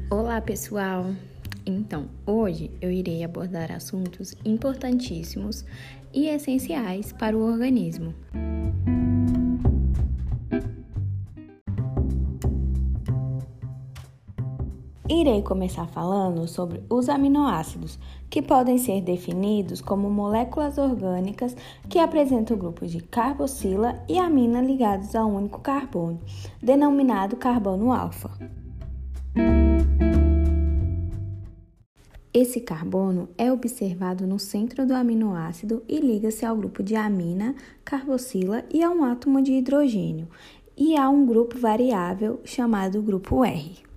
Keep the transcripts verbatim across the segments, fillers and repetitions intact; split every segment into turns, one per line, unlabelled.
Olá, pessoal! Então, hoje eu irei abordar assuntos importantíssimos e essenciais para o organismo. Irei começar falando sobre os aminoácidos, que podem ser definidos como moléculas orgânicas que apresentam grupos de carboxila e amina ligados a um único carbono, denominado carbono alfa. Esse carbono é observado no centro do aminoácido e liga-se ao grupo de amina, carboxila e a um átomo de hidrogênio, e há um grupo variável chamado grupo R.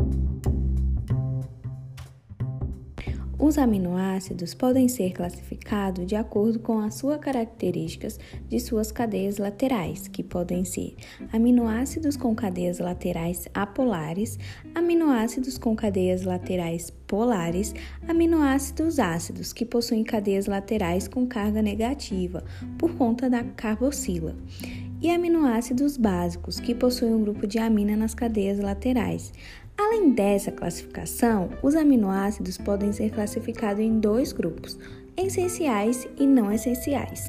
Os aminoácidos podem ser classificados de acordo com as suas características de suas cadeias laterais, que podem ser aminoácidos com cadeias laterais apolares, aminoácidos com cadeias laterais polares, aminoácidos ácidos, que possuem cadeias laterais com carga negativa, por conta da carboxila, e aminoácidos básicos, que possuem um grupo de amina nas cadeias laterais. Além dessa classificação, os aminoácidos podem ser classificados em dois grupos, essenciais e não essenciais.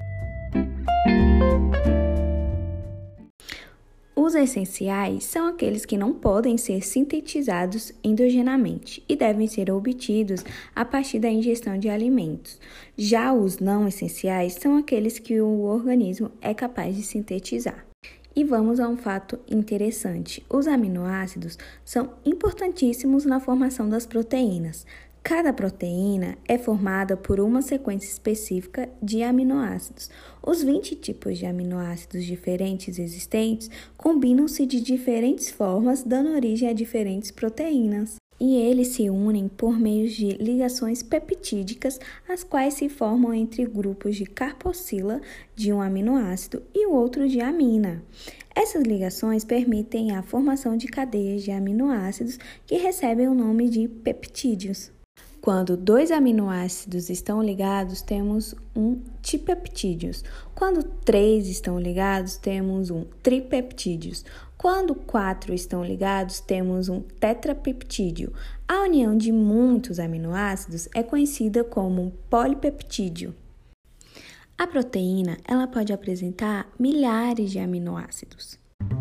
Os essenciais são aqueles que não podem ser sintetizados endogenamente e devem ser obtidos a partir da ingestão de alimentos. Já os não essenciais são aqueles que o organismo é capaz de sintetizar. E vamos a um fato interessante. Os aminoácidos são importantíssimos na formação das proteínas. Cada proteína é formada por uma sequência específica de aminoácidos. Os vinte tipos de aminoácidos diferentes existentes combinam-se de diferentes formas, dando origem a diferentes proteínas. E eles se unem por meio de ligações peptídicas, as quais se formam entre grupos de carboxila de um aminoácido e o outro de amina. Essas ligações permitem a formação de cadeias de aminoácidos que recebem o nome de peptídeos. Quando dois aminoácidos estão ligados, temos um dipeptídeos. Quando três estão ligados, temos um tripeptídeos. Quando quatro estão ligados, temos um tetrapeptídeo. A união de muitos aminoácidos é conhecida como um polipeptídeo. A proteína, ela pode apresentar milhares de aminoácidos.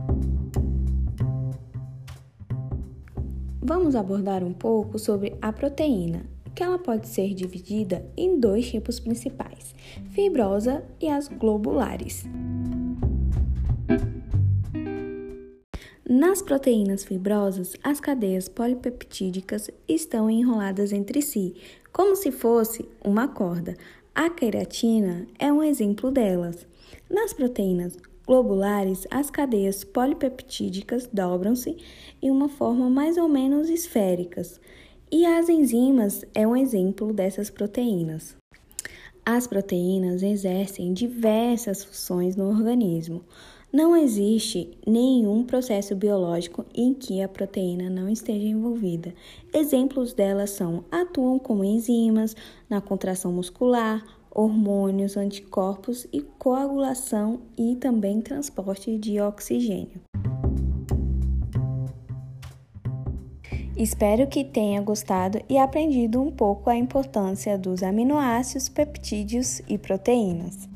Vamos abordar um pouco sobre a proteína, que ela pode ser dividida em dois tipos principais, fibrosa e as globulares. Nas proteínas fibrosas, as cadeias polipeptídicas estão enroladas entre si, como se fosse uma corda. A queratina é um exemplo delas. Nas proteínas globulares, as cadeias polipeptídicas dobram-se em uma forma mais ou menos esféricas, e as enzimas é um exemplo dessas proteínas. As proteínas exercem diversas funções no organismo. Não existe nenhum processo biológico em que a proteína não esteja envolvida. Exemplos delas são: atuam como enzimas na contração muscular, hormônios, anticorpos e coagulação e também transporte de oxigênio. Espero que tenha gostado e aprendido um pouco a importância dos aminoácidos, peptídeos e proteínas.